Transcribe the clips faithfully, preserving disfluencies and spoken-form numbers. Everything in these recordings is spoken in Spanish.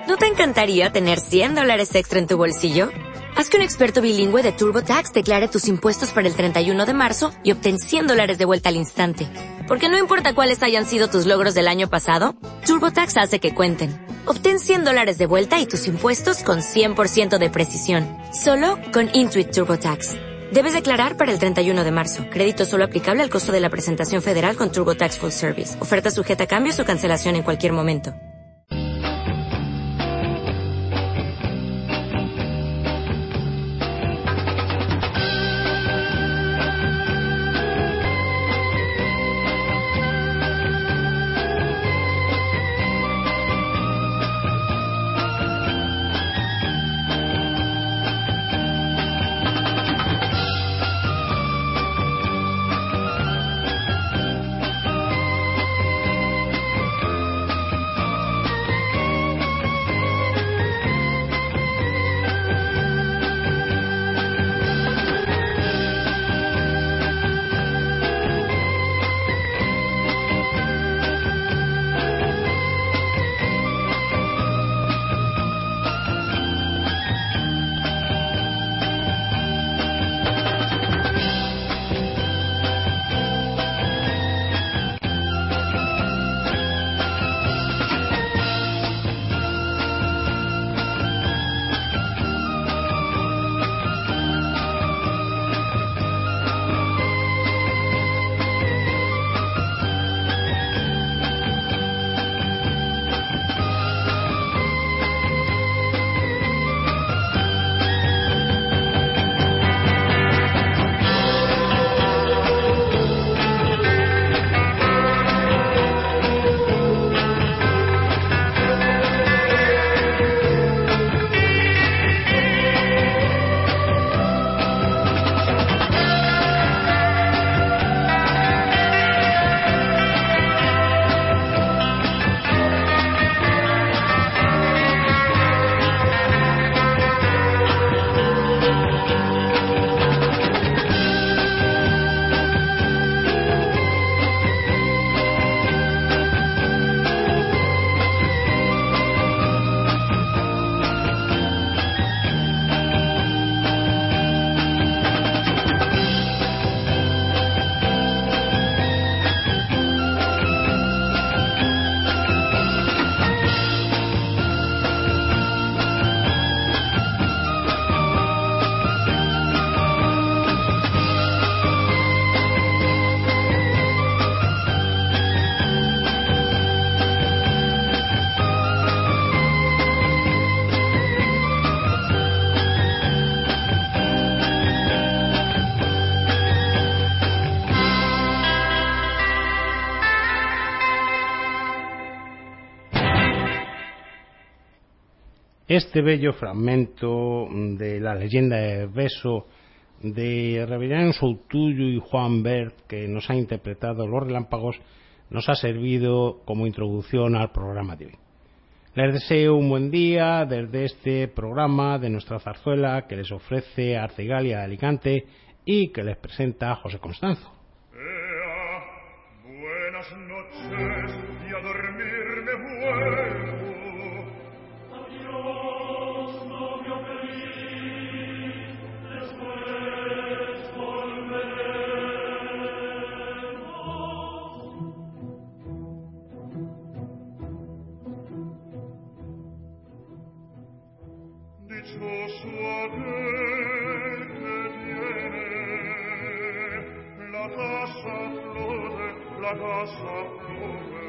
¿No te encantaría tener cien dólares extra en tu bolsillo? Haz que un experto bilingüe de TurboTax declare tus impuestos para el treinta y uno de marzo y obtén cien dólares de vuelta al instante. Porque no importa cuáles hayan sido tus logros del año pasado, TurboTax hace que cuenten. Obtén cien dólares de vuelta y tus impuestos con cien por ciento de precisión. Solo con Intuit TurboTax. Debes declarar para el treinta y uno de marzo. Crédito solo aplicable al costo de la presentación federal con TurboTax Full Service. Oferta sujeta a cambios o cancelación en cualquier momento. Este bello fragmento de la leyenda de beso de Rebelión Soutullo y Juan Bert, que nos ha interpretado Los Relámpagos, nos ha servido como introducción al programa de hoy. Les deseo un buen día desde este programa de nuestra zarzuela que les ofrece Arcegalia de Alicante y que les presenta José Constanzo. Ea, buenas noches y a dormir me vuelvo. Adiós, novio feliz, después volveremos. Dichoso aquel que tiene la casa flore, la casa flore.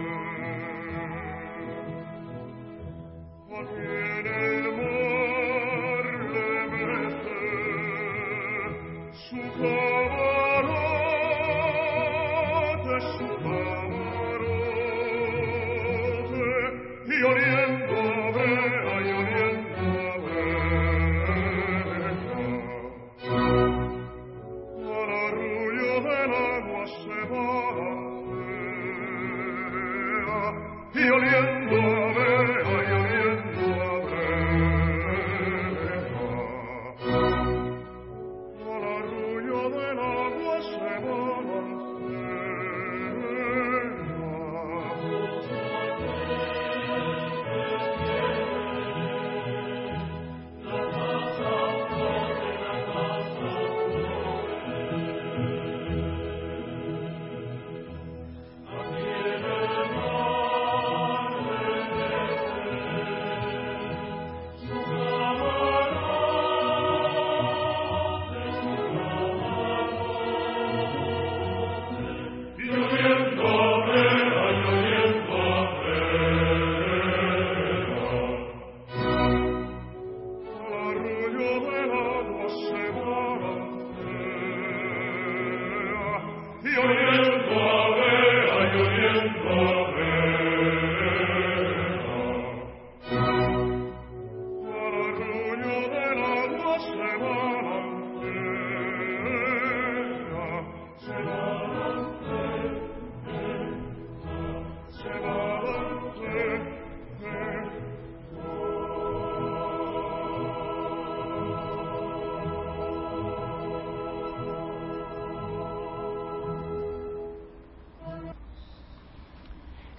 Aquí en el mar le mece su camarote, su camarote, y oliendo a brea, y oliendo a brea. Al arrullo del agua se va.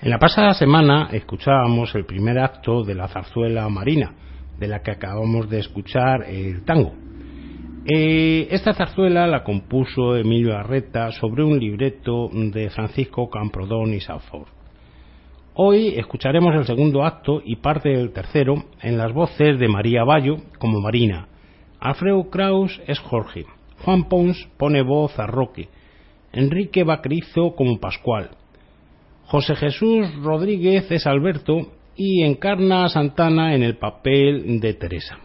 En la pasada semana escuchábamos el primer acto de la zarzuela Marina, de la que acabamos de escuchar el tango. Eh, esta zarzuela la compuso Emilio Arreta sobre un libreto de Francisco Camprodón y Sanfort. Hoy escucharemos el segundo acto y parte del tercero en las voces de María Bayo como Marina, Alfredo Kraus es Jorge, Juan Pons pone voz a Roque, Enrique Vaquerizo como Pascual, José Jesús Rodríguez es Alberto y encarna a Santana en el papel de Teresa.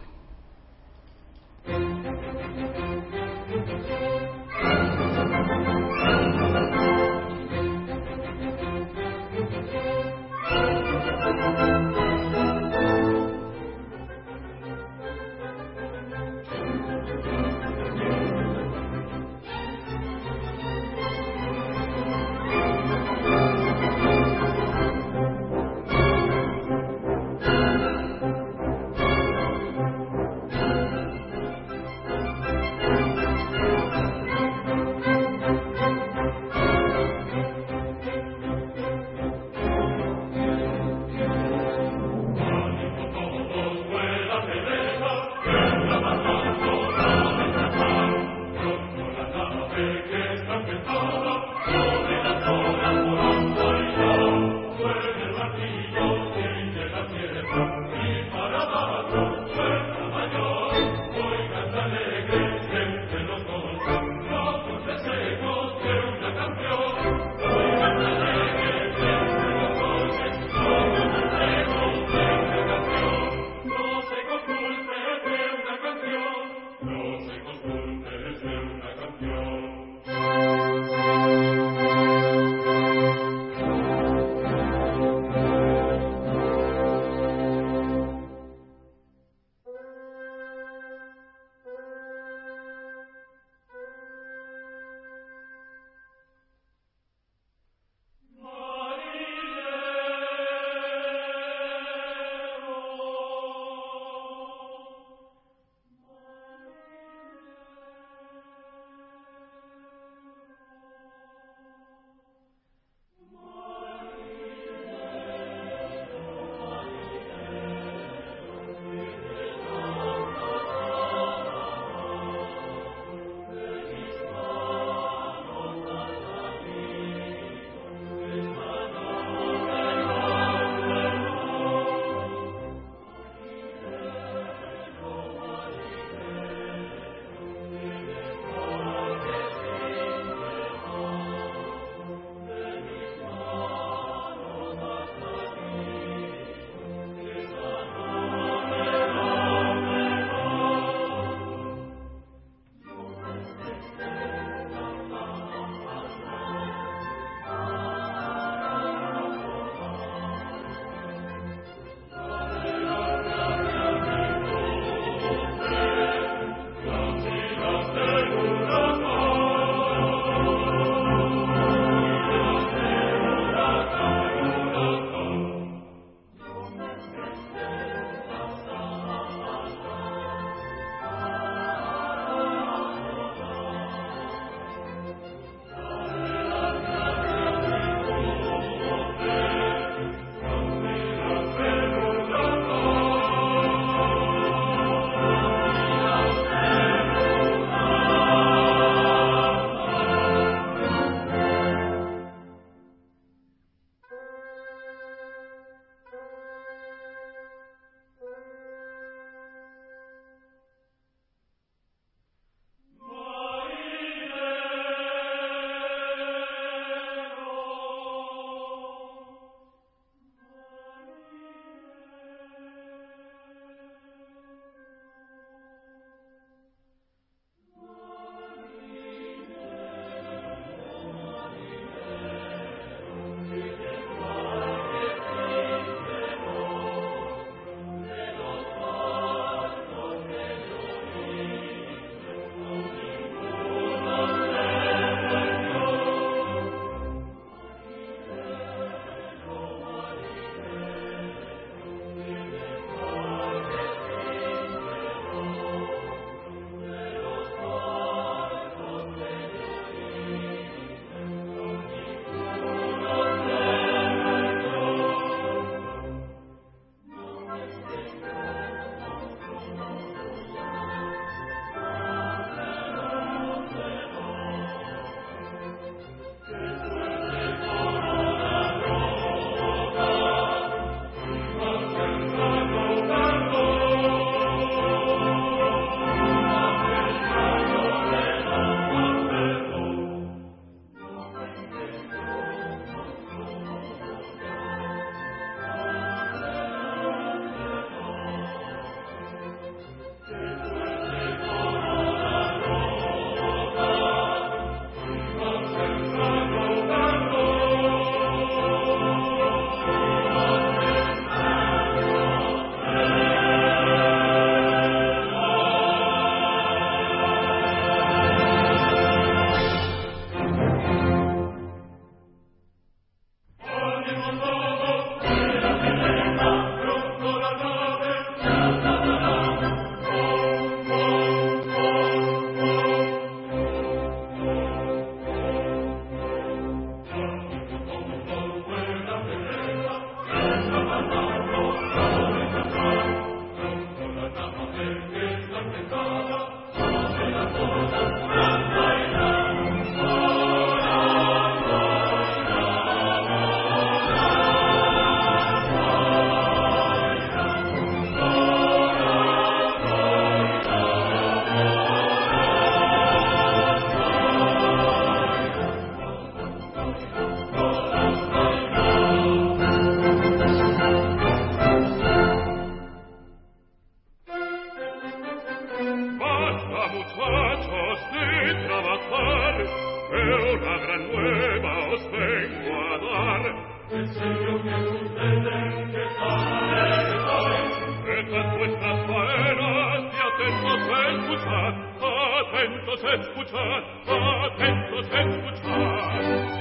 escuchar, atentos a escuchar, atentos a escuchar.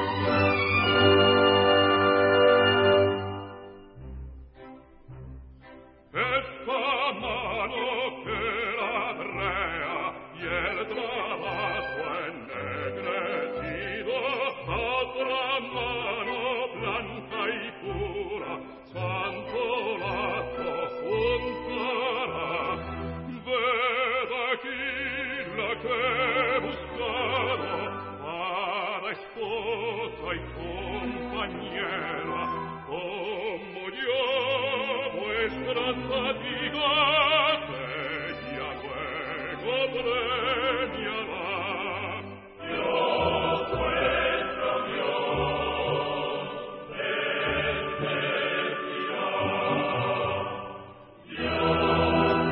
Esta mano que la brea y el trabajo ennegrecido, otra mano blanca y pura, santo lazo juntará. Ved aquí la que he buscado para esposa y compañera, como yo vuestra fatiga ella luego premiará. Dios vuestro Dios bendecirá. Dios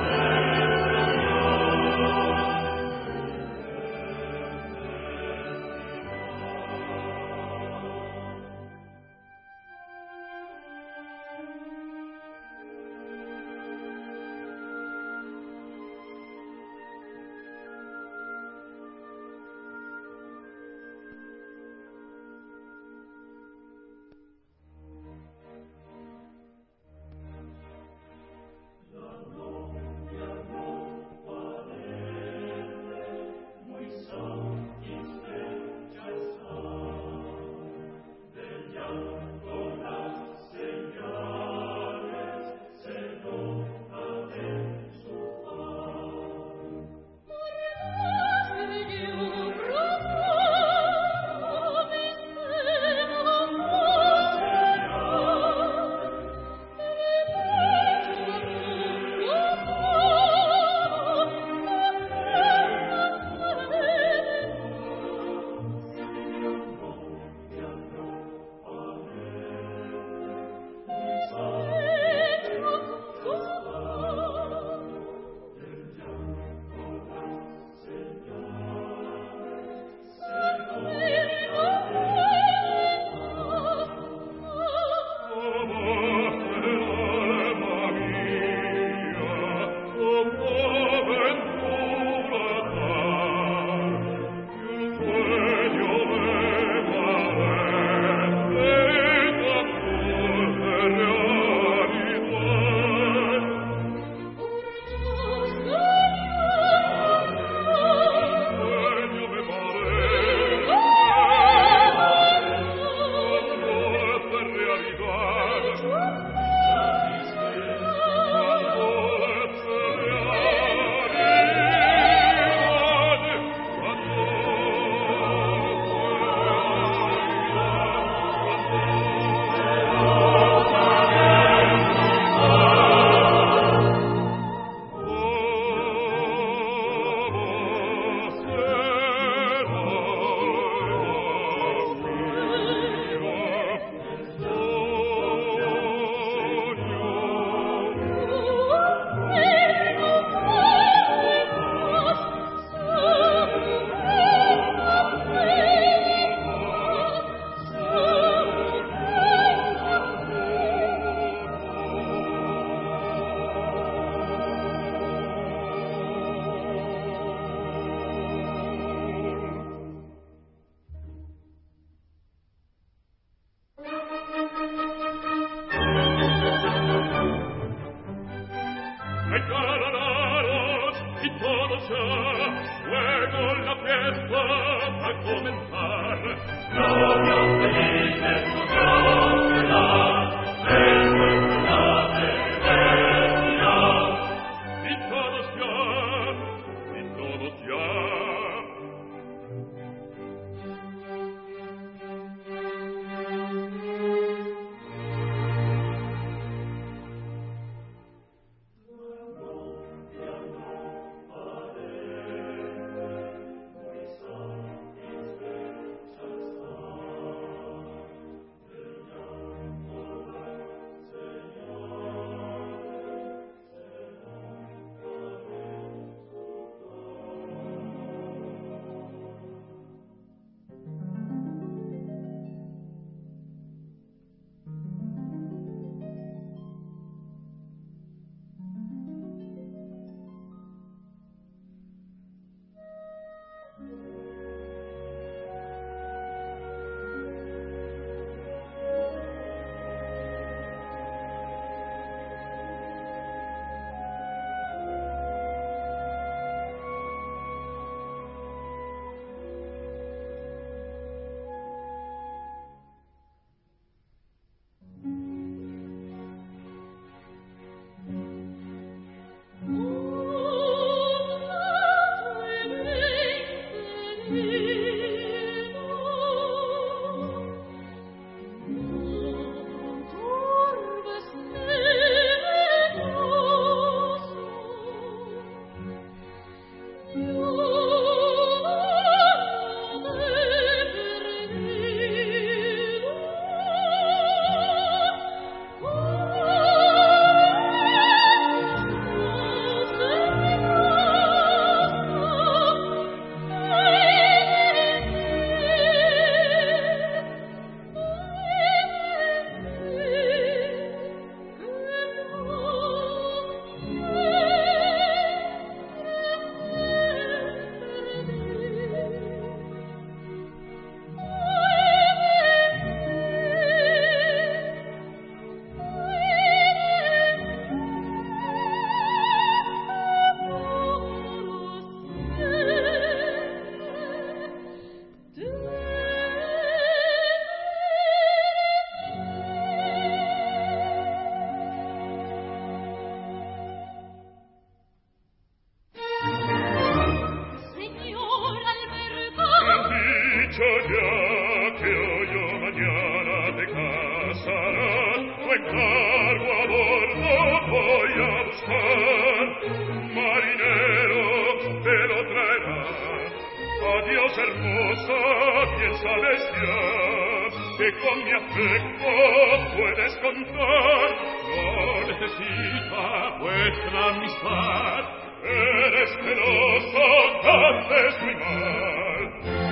sabes ya que con mi afecto puedes contar. No necesita vuestra amistad. Eres celoso, haces muy mal.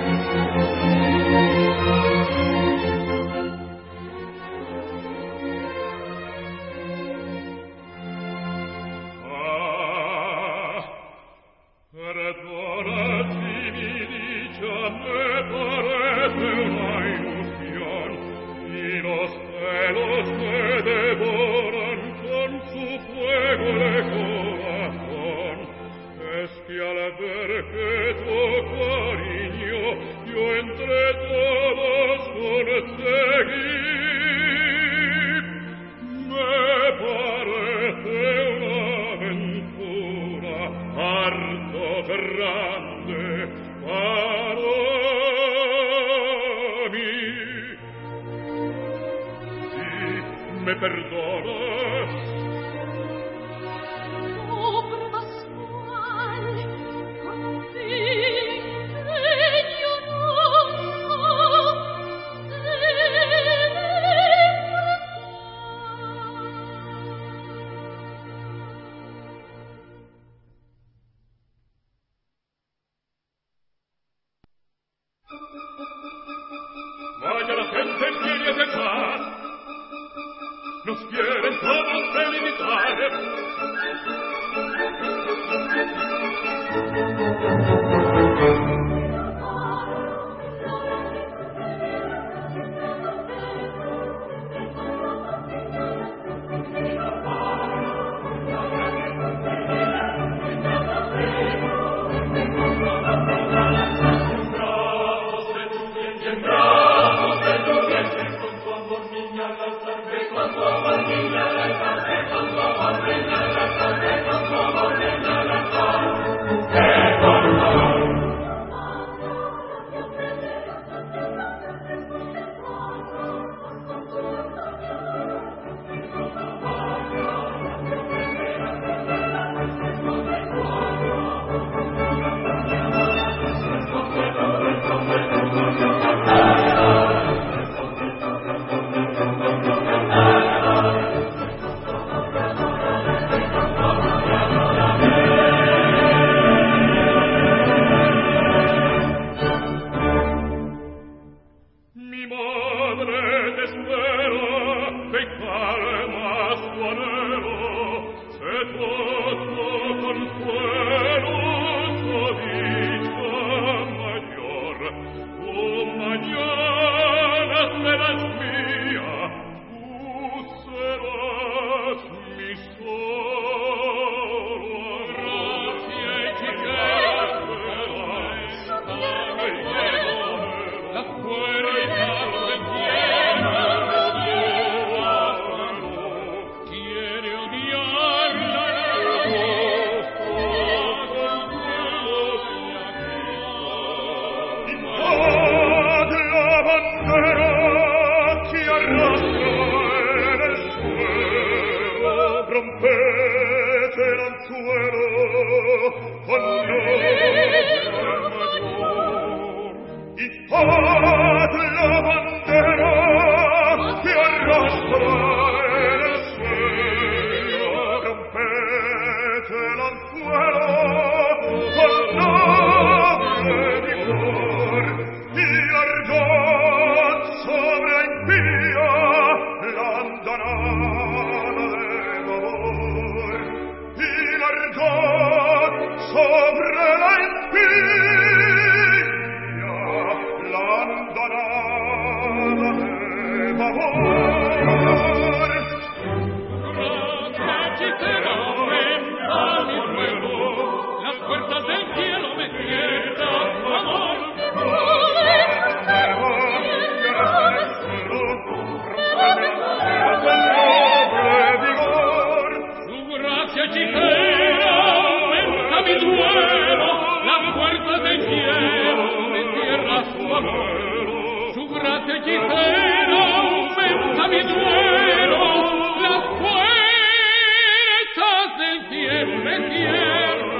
Ah, perdona si mi dicha me parece una ilusión y los celos me devoran con su fuego de corazón. Es que al ver que tu cariño yo entre todos conseguí, me parece una aventura harto grande para mí. Si me perdonas, vaya la gente quiere dejar, nos quieren todos delimitar.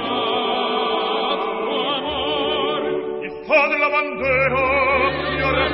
Fa della bandera, signore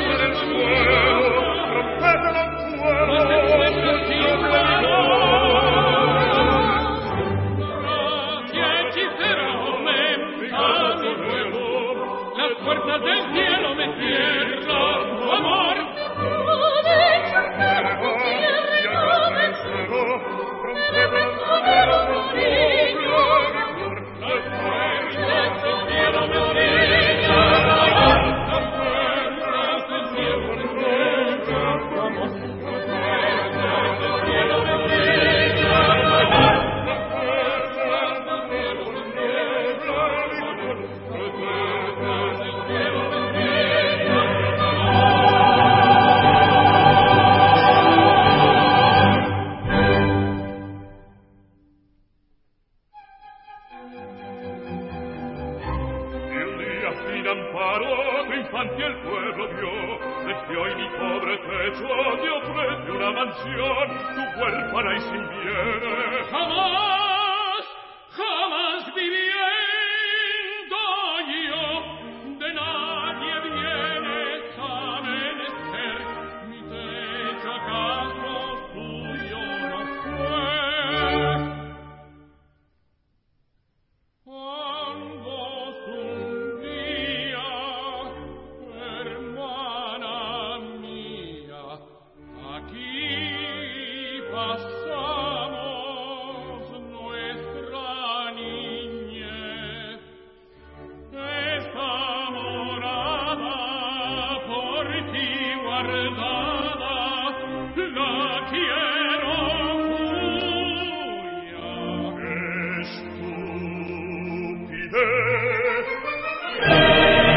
el pueblo vio. Desde hoy mi pobre techo te ofrece una mansión, tu huérfana y sin bienes. Jamás, jamás viviendo yo de nadie vienes a menester. Mi techo acaso tuyo no fue. Ambos un día, hermana mía, aquí pasamos nuestra niñez. Esta morada por ti guardada, la quiero tuya. Estupidez.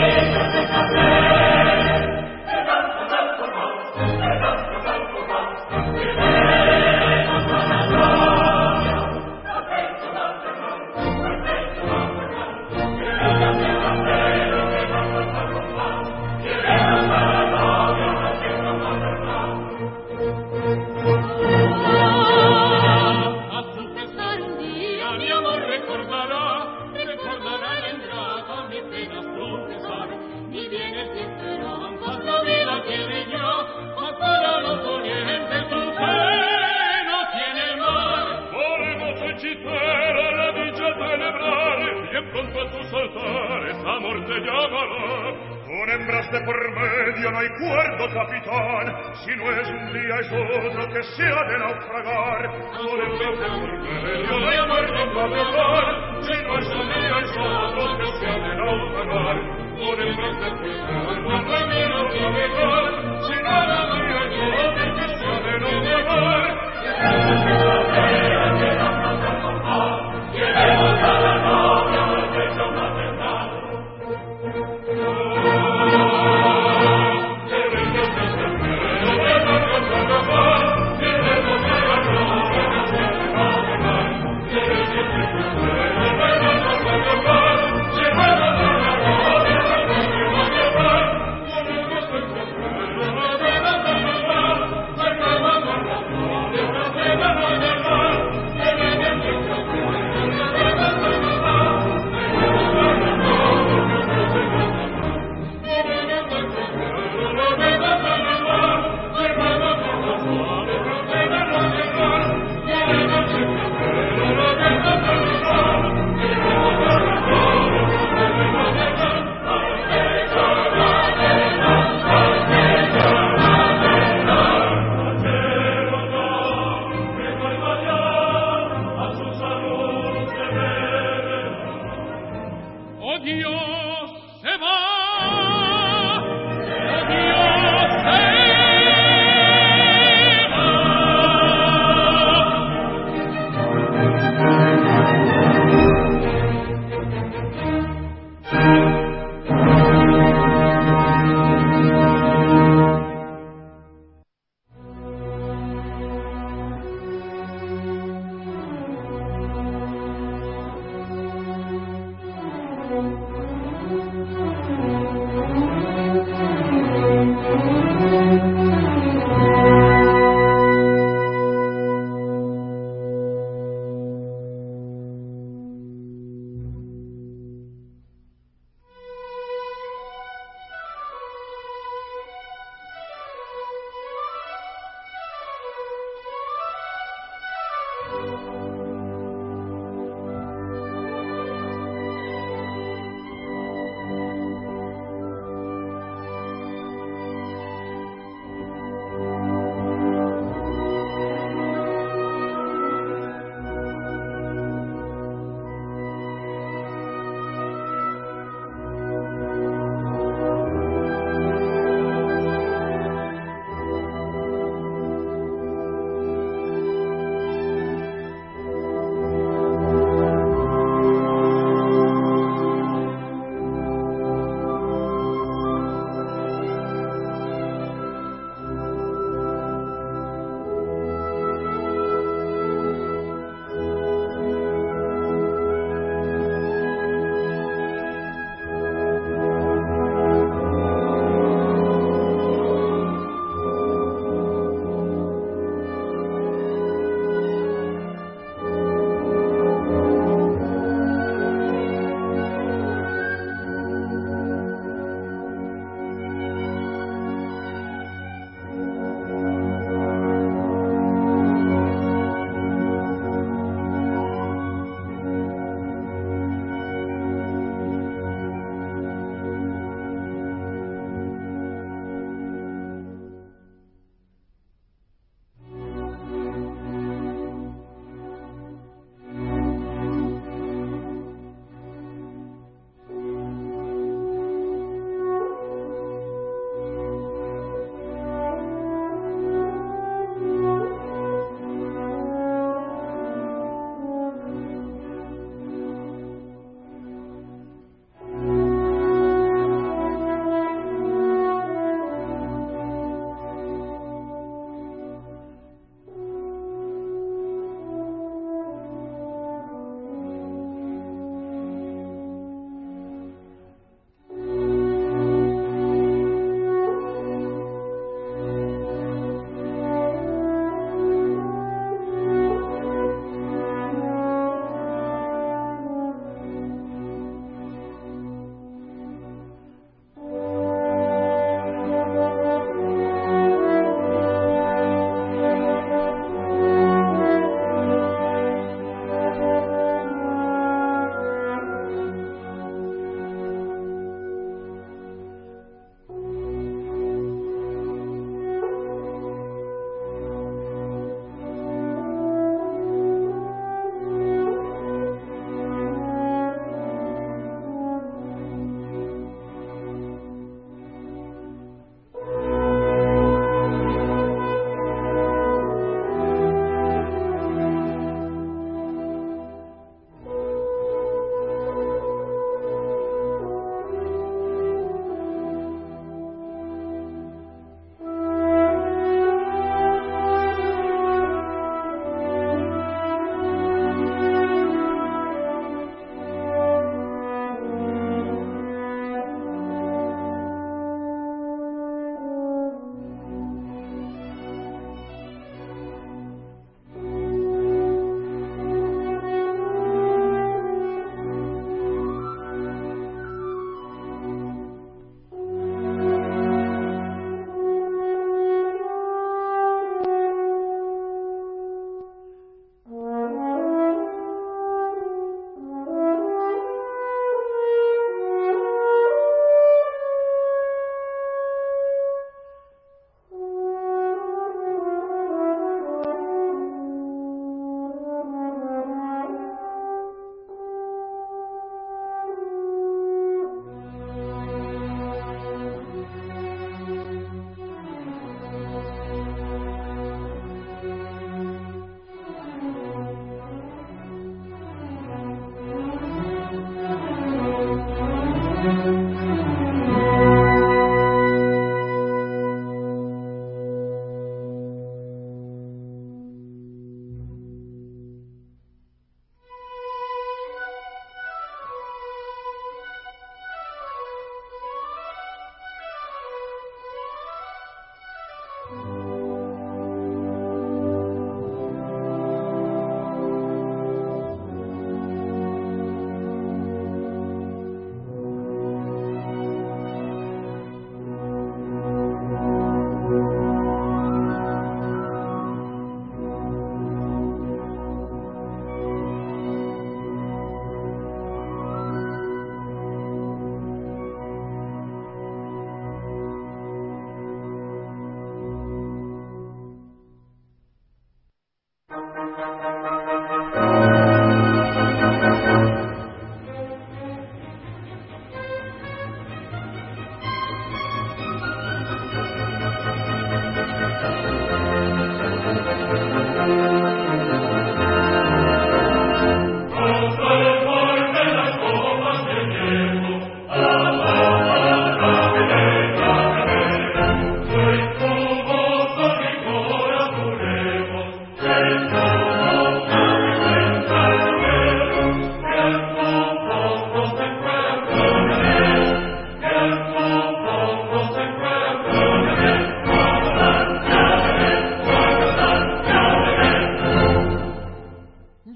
A su pesar un día mi amor recordará, recordará la ingrata mi pena su pesar. Mi bienes y esperanzas la vida tiene ya, mas para los dolientes su seno tiene el mar. Oremos hechicera la dicha celebrar, bien pronto a tus altares amor te llamará. Con hembras de por medio no hay cuerdo, capitán, si no es un día es otro que se ha de naufragar. Con hembras de por medio no hay cuerdo, capitán, si no es un día es otro que se ha de naufragar. Con hembras de por medio no hay cuerdo, capitán, si no es un día es otro que se ha de naufragar. Queremos a la novia del pecho maternal. Queremos a la novia del pecho maternal.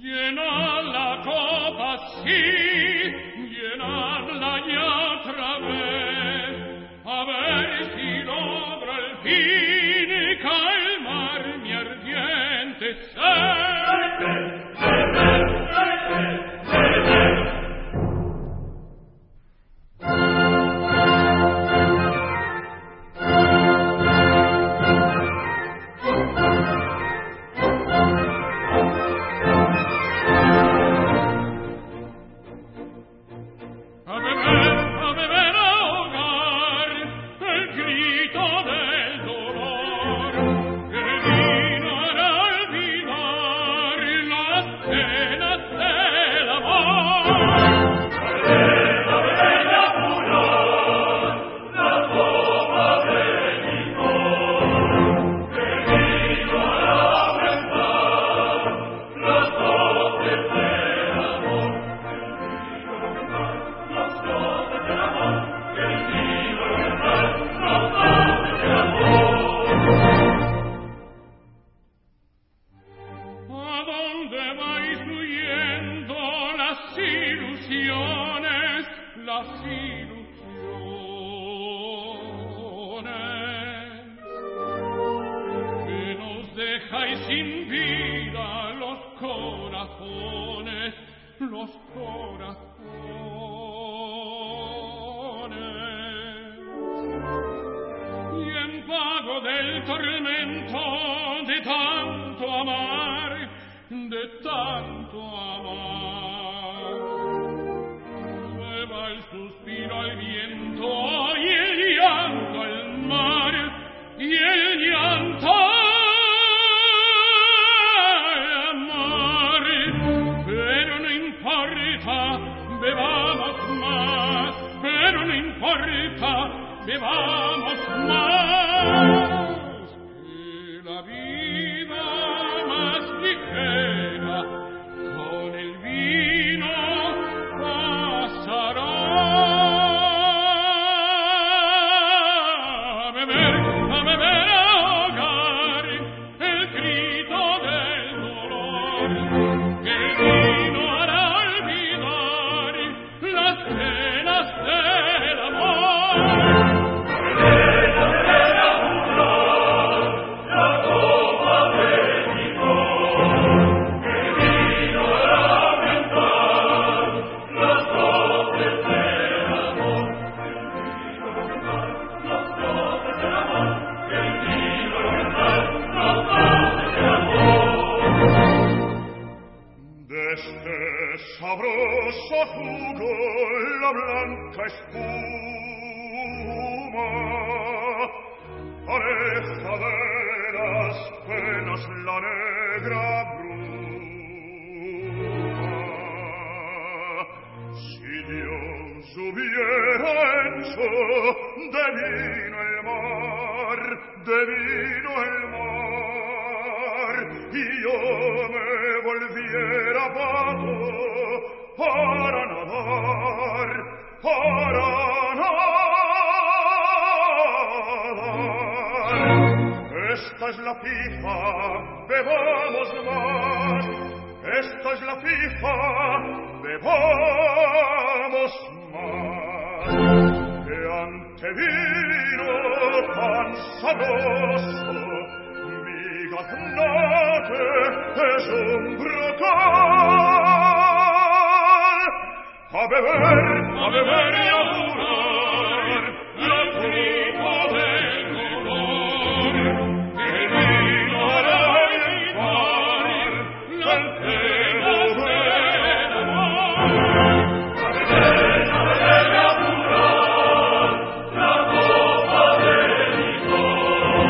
Llena la copa, sí, llenarla ya otra vez, a ver si logro al fin calmar mi ardiente sed.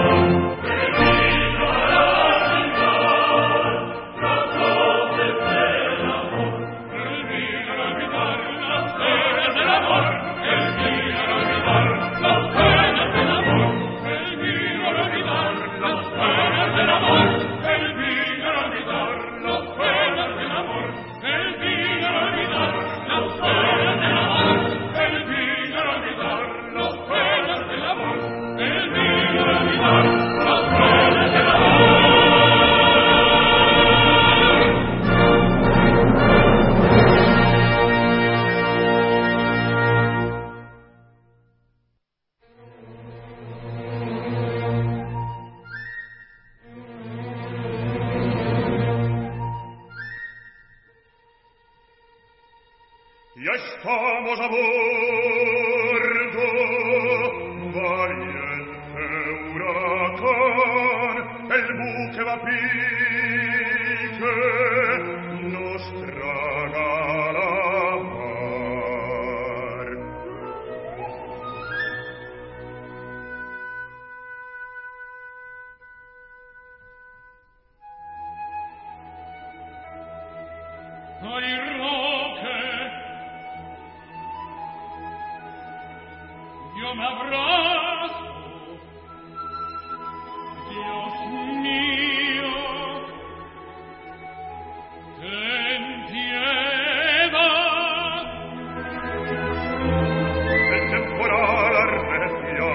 Thank you. Ya estamos a bordo, valiente huracán, el buque va a pique, nos traga la mar. Ay, Roque, yo me abrazo, Dios mío, ten piedad. El temporal arrecia,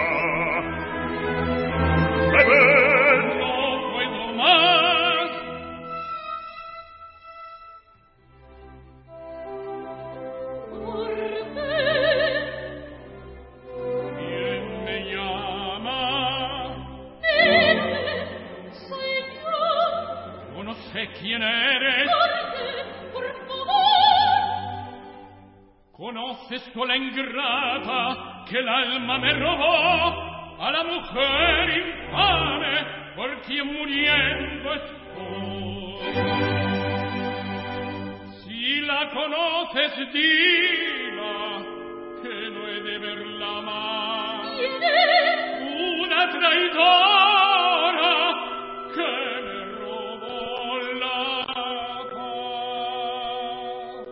beber, No puedo más. ¿Quién me llama? Soy yo. Yo no sé quién eres. Por favor. ¿Conoces tú a la ingrata que el alma me robó? A la mujer infame por quien muriendo estoy. Si la conoces, dila que no he de verla más. ¿Quién es? Una traidora que me robó la paz.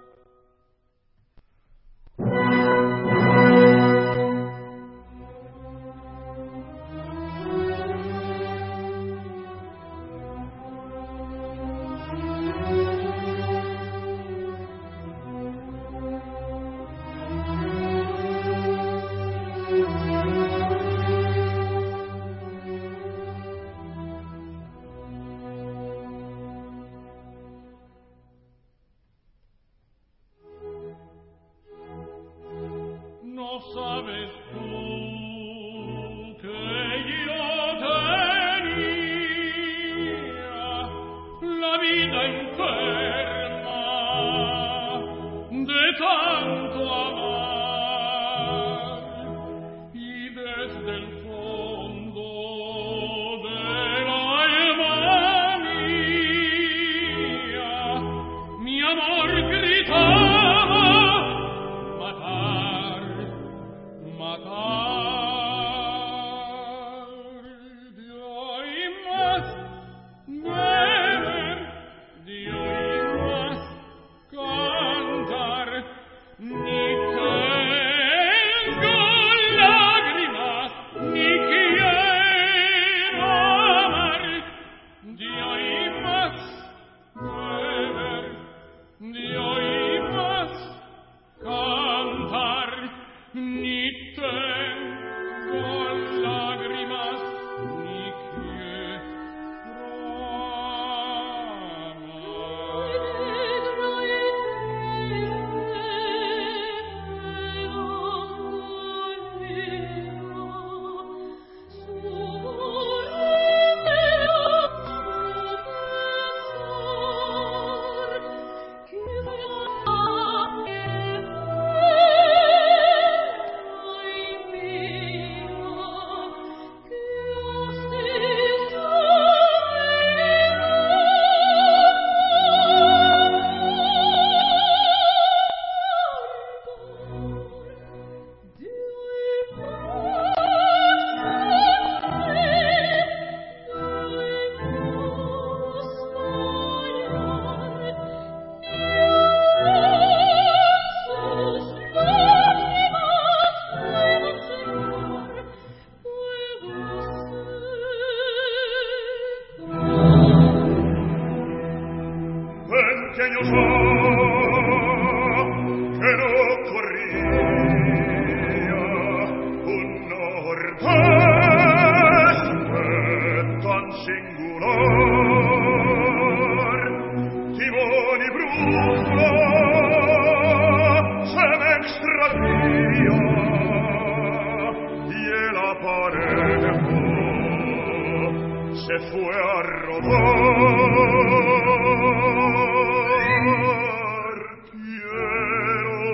No sabes tú que yo tenía la vida enferma de tanto amar, y desde el fondo del alma mía mi amor gritaba: matar, matar, de hoy más beber, de hoy más cantar, ni tengo lágrimas, ni quiero amar, de hoy más beber, de hoy más cantar, ni tengo lágrimas, ni quiero que yo so que no corría un nordés tan singular, timón y brújula se me extravía y el aparejo se fue a rodar. Quiero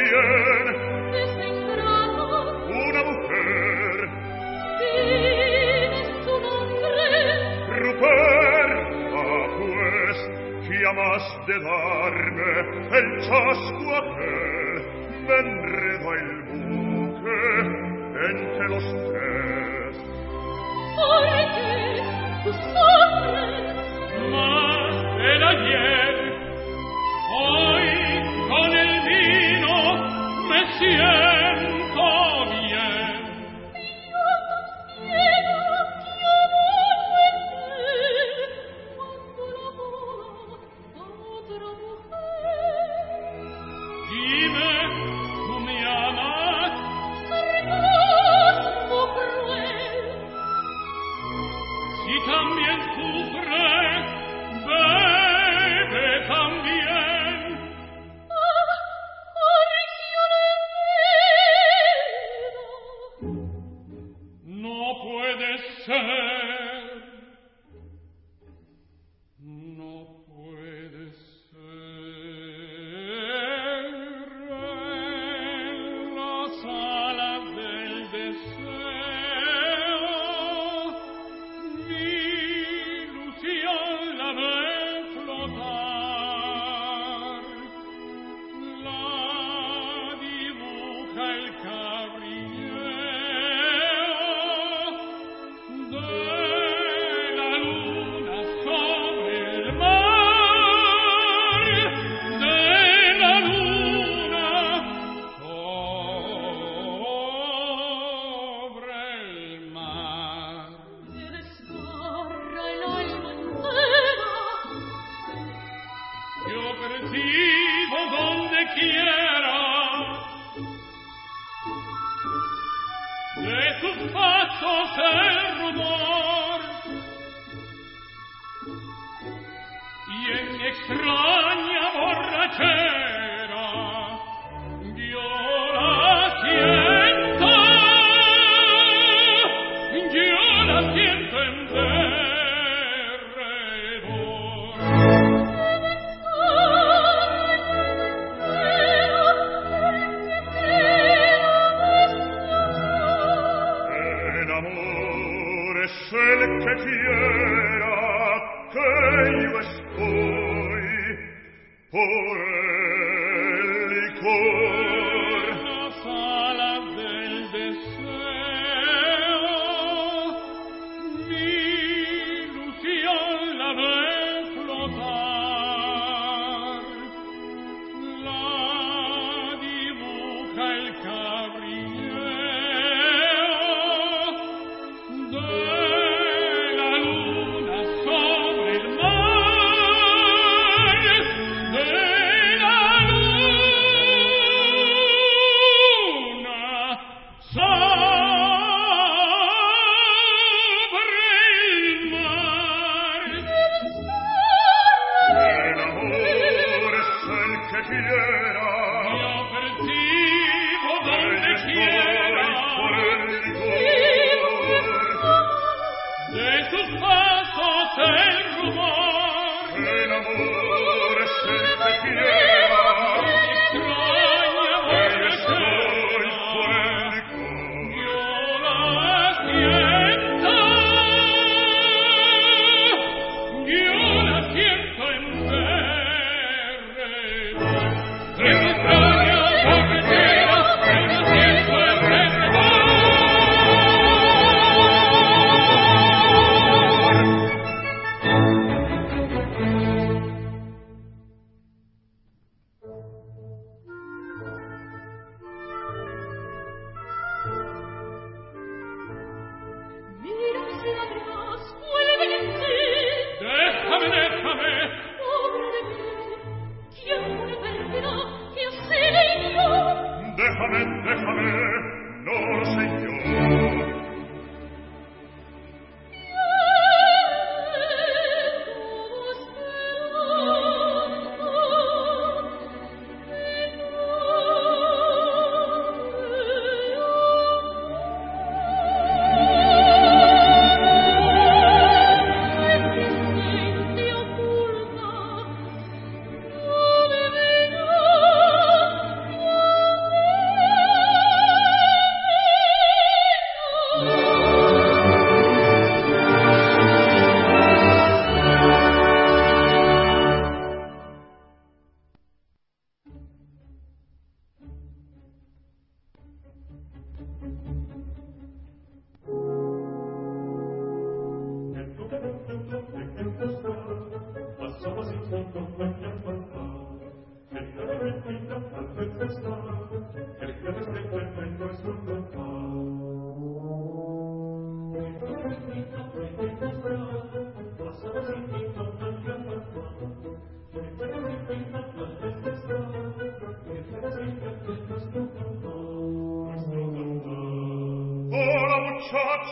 bien. Desengrado. Una mujer. Tienes tu nombre. Ruperta, pues, que amas de darme el chasco aquel, me enredo el buque entre los tres. Porque tú sufres. Más del ayer, hoy con el vino me siento bien. Yo quiero que amor en él, cuando enamora a otra mujer. Dime, ¿tú me amas? Sarcasmo cruel. Si también sufre, bebe también. No puede ser, no puede ser. En las alas del deseo mi ilusión la ve flotar, la dibuja el cabrilleo de la luna sobre el mar, de la luna sobre el mar. Me desgarra el alma entera. Yo percibo donde quiera de tus pasos el rumor, y en mi extraña borrachera yo la siento, yo la siento en derredor. El amor es el que quiera que yo estoy por él.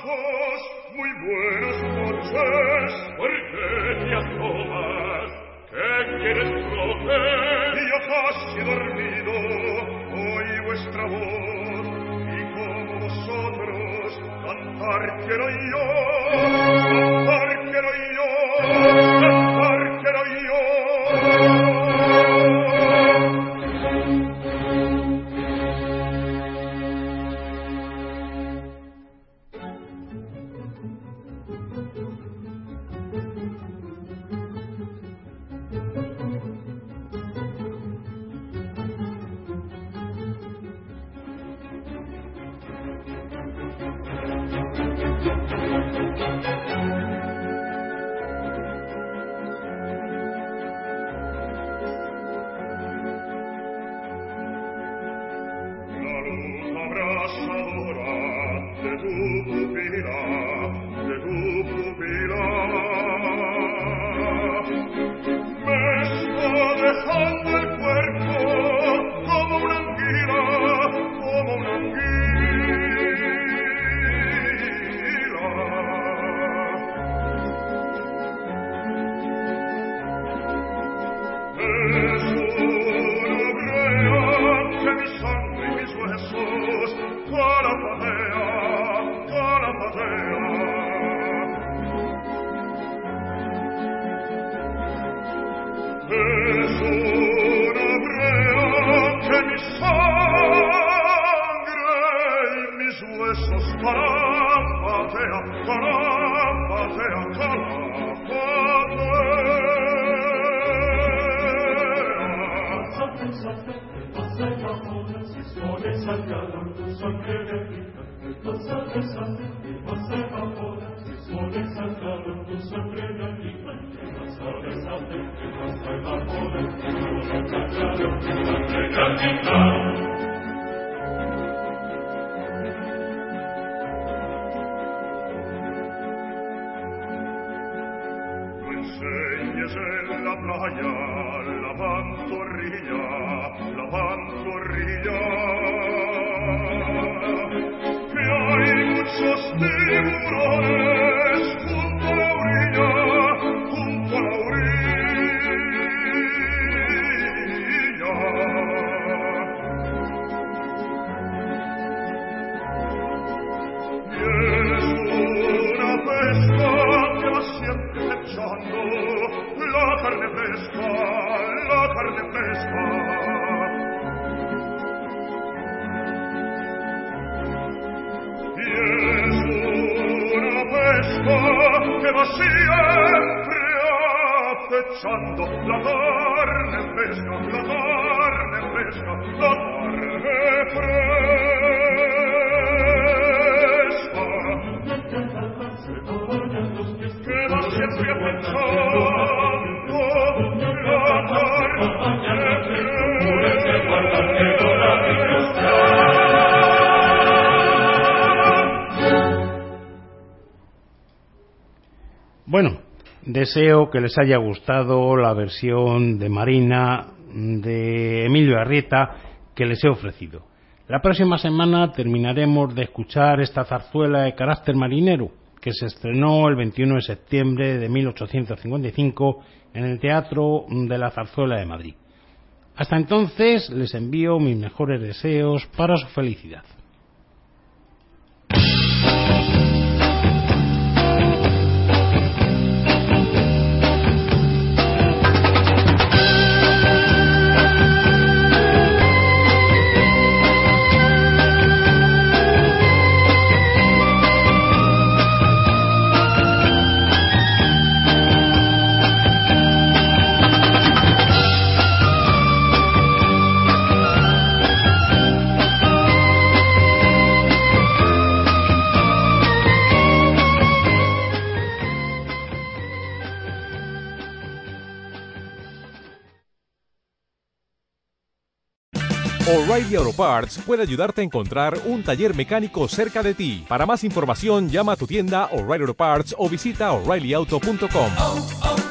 brazos, muy buenas noches. ¿Por qué te asomas? ¿Qué quieres, profe? Yo casi dormido, oí vuestra voz, y como vosotros, cantar quiero yo, cantar quiero yo, cantar quiero yo. Bueno, deseo que les haya gustado la versión de Marina de Emilio Arrieta que les he ofrecido. La próxima semana terminaremos de escuchar esta zarzuela de carácter marinero que se estrenó el veintiuno de septiembre de mil ochocientos cincuenta y cinco en el Teatro de la Zarzuela de Madrid. Hasta entonces les envío mis mejores deseos para su felicidad. O'Reilly Auto Parts puede ayudarte a encontrar un taller mecánico cerca de ti. Para más información, llama a tu tienda O'Reilly Auto Parts o visita O'Reilly Auto punto com. Oh, oh.